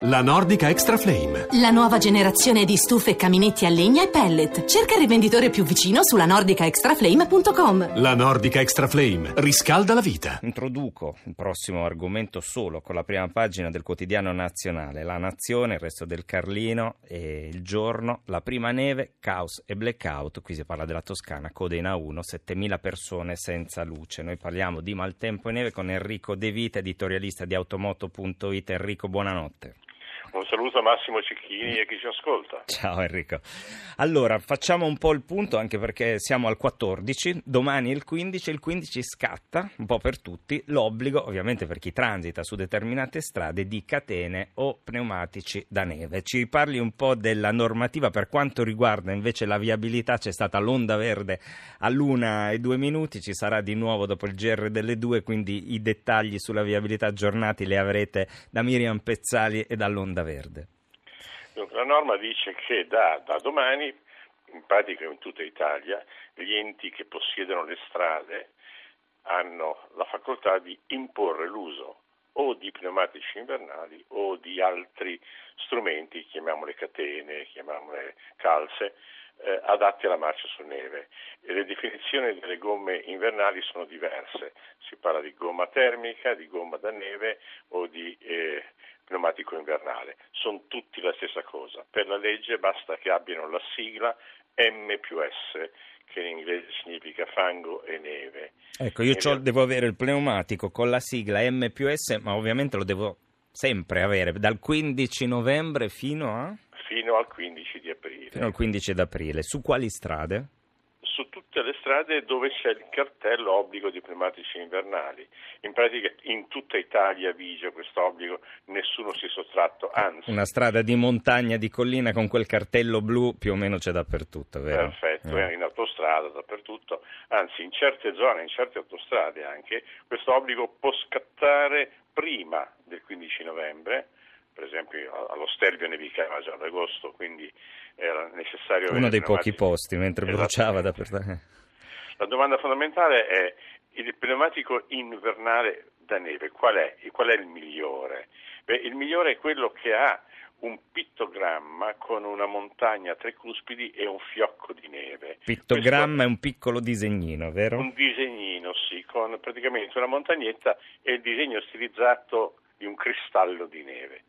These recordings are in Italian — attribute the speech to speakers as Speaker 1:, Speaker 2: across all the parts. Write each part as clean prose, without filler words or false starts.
Speaker 1: La Nordica Extra Flame.
Speaker 2: La nuova generazione di stufe e caminetti a legna e pellet. Cerca il rivenditore più vicino sulla nordicaextraflame.com.
Speaker 1: La Nordica Extra Flame riscalda la vita.
Speaker 3: Introduco il prossimo argomento solo con la prima pagina del quotidiano nazionale. La Nazione, il resto del Carlino e Il Giorno. La prima neve, caos e blackout. Qui si parla della Toscana, code in A1, 7.000 persone senza luce. Noi parliamo di maltempo e neve con Enrico De Vita, editorialista di Automoto.it. Enrico, buonanotte.
Speaker 4: Un saluto a Massimo Cecchini e chi ci ascolta.
Speaker 3: Ciao Enrico. Allora, facciamo un po' il punto, anche perché siamo al 14, domani è il 15, il 15 scatta, un po' per tutti, l'obbligo, ovviamente per chi transita su determinate strade, di catene o pneumatici da neve. Ci parli un po' della normativa per quanto riguarda invece la viabilità. C'è stata l'onda verde all'1:02, ci sarà di nuovo dopo il GR delle 2, quindi i dettagli sulla viabilità aggiornati li avrete da Miriam Pezzali e dall'onda verde.
Speaker 4: Dunque, la norma dice che da domani, in pratica in tutta Italia, gli enti che possiedono le strade hanno la facoltà di imporre l'uso o di pneumatici invernali o di altri strumenti, chiamiamole catene, chiamiamole calze, adatti alla marcia su neve. E le definizioni delle gomme invernali sono diverse, si parla di gomma termica, di gomma da neve o di pneumatico invernale. Sono tutti la stessa cosa. Per la legge basta che abbiano la sigla M+S, che in inglese significa fango e neve.
Speaker 3: Ecco, io devo avere il pneumatico con la sigla M+S, ma ovviamente lo devo sempre avere dal 15 novembre fino
Speaker 4: al 15 di aprile.
Speaker 3: Fino al 15 d'aprile. Su quali strade?
Speaker 4: Su tutte le strade dove c'è il cartello obbligo di pneumatici invernali. In pratica in tutta Italia vige questo obbligo, nessuno si è sottratto, anzi.
Speaker 3: Una strada di montagna, di collina con quel cartello blu più o meno c'è dappertutto, vero?
Speaker 4: Perfetto, in autostrada dappertutto, anzi in certe zone, in certe autostrade anche, questo obbligo può scattare prima del 15 novembre. Per esempio allo Stelvio nevicava già ad agosto, quindi era necessario...
Speaker 3: Uno dei pochi posti, mentre bruciava dappertutto.
Speaker 4: La domanda fondamentale è il pneumatico invernale da neve, qual è il migliore? Il migliore è quello che ha un pittogramma con una montagna a tre cuspidi e un fiocco di neve.
Speaker 3: Pittogramma è un piccolo disegnino, vero?
Speaker 4: Un disegnino, sì, con praticamente una montagnetta e il disegno stilizzato di un cristallo di neve.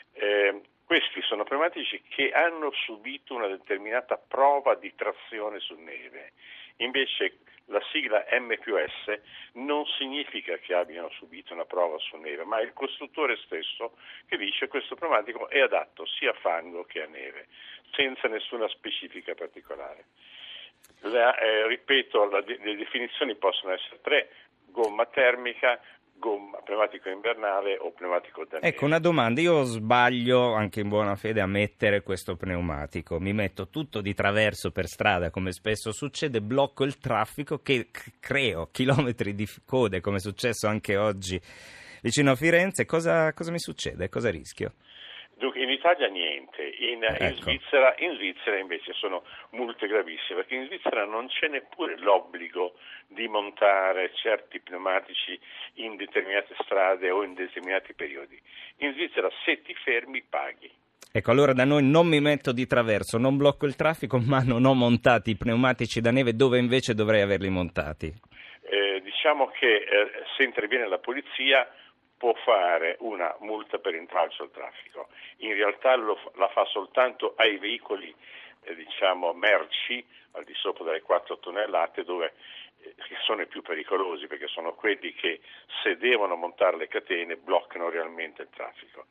Speaker 4: Questi sono pneumatici che hanno subito una determinata prova di trazione su neve. Invece la sigla M+S non significa che abbiano subito una prova su neve, ma è il costruttore stesso che dice che questo pneumatico è adatto sia a fango che a neve, senza nessuna specifica particolare. Ripeto, le definizioni possono essere tre: gomma termica, pneumatico invernale o pneumatico da neve.
Speaker 3: Ecco, una domanda: io sbaglio anche in buona fede a mettere questo pneumatico, mi metto tutto di traverso per strada come spesso succede, blocco il traffico, che creo chilometri di code come è successo anche oggi vicino a Firenze. Cosa mi succede? Cosa rischio?
Speaker 4: Dunque, in Italia niente,
Speaker 3: Ecco.
Speaker 4: in Svizzera invece sono multe gravissime, perché in Svizzera non c'è neppure l'obbligo di montare certi pneumatici in determinate strade o in determinati periodi. In Svizzera se ti fermi paghi.
Speaker 3: Ecco, allora da noi non mi metto di traverso, non blocco il traffico, ma non ho montati i pneumatici da neve dove invece dovrei averli montati.
Speaker 4: Diciamo che se interviene la polizia può fare una multa per intralcio al traffico. In realtà la fa soltanto ai veicoli, merci, al di sopra delle 4 tonnellate, che sono i più pericolosi, perché sono quelli che, se devono montare le catene, bloccano realmente il traffico.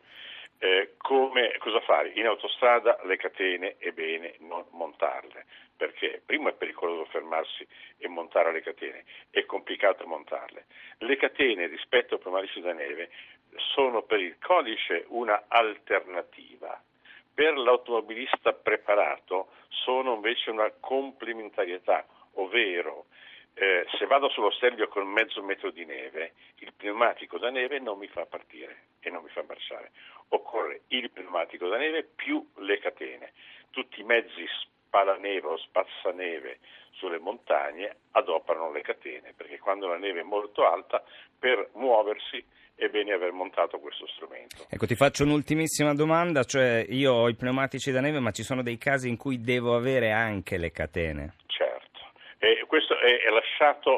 Speaker 4: Cosa fare? In autostrada le catene è bene non montarle, perché prima è pericoloso fermarsi e montare le catene, è complicato montarle. Le catene rispetto ai pneumatici da neve sono per il codice una alternativa, per l'automobilista preparato sono invece una complementarietà, ovvero se vado sullo Stelvio con mezzo metro di neve, il pneumatico da neve non mi fa partire e non mi fa marciare. Occorre il pneumatico da neve più le catene. Tutti i mezzi spalaneve o spazzaneve sulle montagne adoperano le catene, perché quando la neve è molto alta, per muoversi è bene aver montato questo strumento.
Speaker 3: Ecco, ti faccio un'ultimissima domanda, cioè io ho i pneumatici da neve, ma ci sono dei casi in cui devo avere anche le catene.
Speaker 4: Certo, questo è lasciato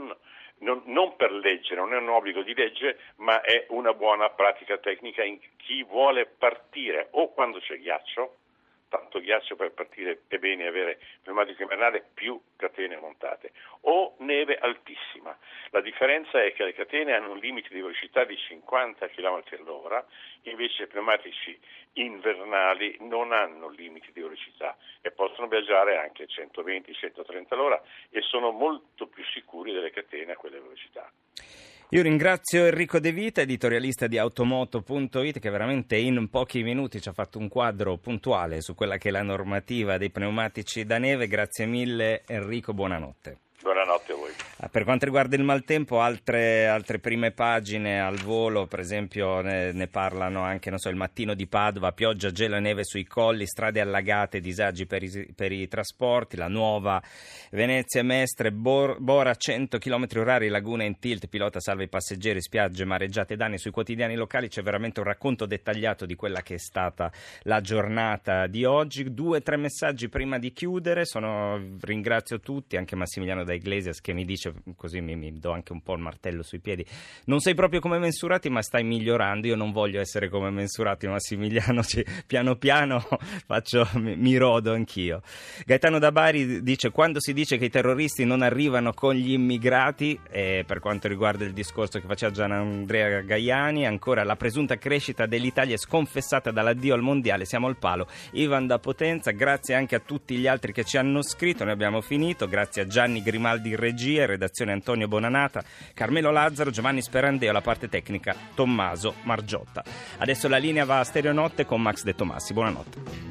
Speaker 4: non per legge, non è un obbligo di legge, ma è una buona pratica tecnica in chi vuole partire o quando c'è ghiaccio. Tanto ghiaccio per partire è bene avere pneumatico invernale più catene montate, o neve altissima. La differenza è che le catene hanno un limite di velocità di 50 km all'ora, invece i pneumatici invernali non hanno limiti di velocità e possono viaggiare anche a 120-130 all'ora e sono molto più sicuri delle catene a quelle velocità.
Speaker 3: Io ringrazio Enrico De Vita, editorialista di Automoto.it, che veramente in pochi minuti ci ha fatto un quadro puntuale su quella che è la normativa dei pneumatici da neve. Grazie mille Enrico, buonanotte.
Speaker 4: Buonanotte a voi.
Speaker 3: Per quanto riguarda il maltempo, altre prime pagine al volo, per esempio ne parlano anche, il mattino di Padova, pioggia, gelo e neve sui colli, strade allagate, disagi per i trasporti, la nuova Venezia Mestre, Bora 100 km/h, laguna in tilt, pilota salva i passeggeri, spiagge mareggiate, danni. Sui quotidiani locali c'è veramente un racconto dettagliato di quella che è stata la giornata di oggi. 2-3 messaggi prima di chiudere, ringrazio tutti, anche Massimiliano da Iglesias che mi dice, così mi do anche un po' il martello sui piedi, non sei proprio come Mensurati ma stai migliorando. Io non voglio essere come Mensurati, Massimiliano, piano piano mi rodo anch'io. Gaetano da Bari dice: quando si dice che i terroristi non arrivano con gli immigrati, per quanto riguarda il discorso che faceva Gianandrea Gaiani, ancora la presunta crescita dell'Italia è sconfessata dall'addio al mondiale, siamo al palo. Ivan da Potenza, grazie anche a tutti gli altri che ci hanno scritto, noi abbiamo finito, grazie a Gianni Grimaldi in regia, redazione Antonio Bonanata, Carmelo Lazzaro, Giovanni Sperandeo, la parte tecnica Tommaso Margiotta. Adesso la linea va a Stereonotte con Max De Tomassi, buonanotte.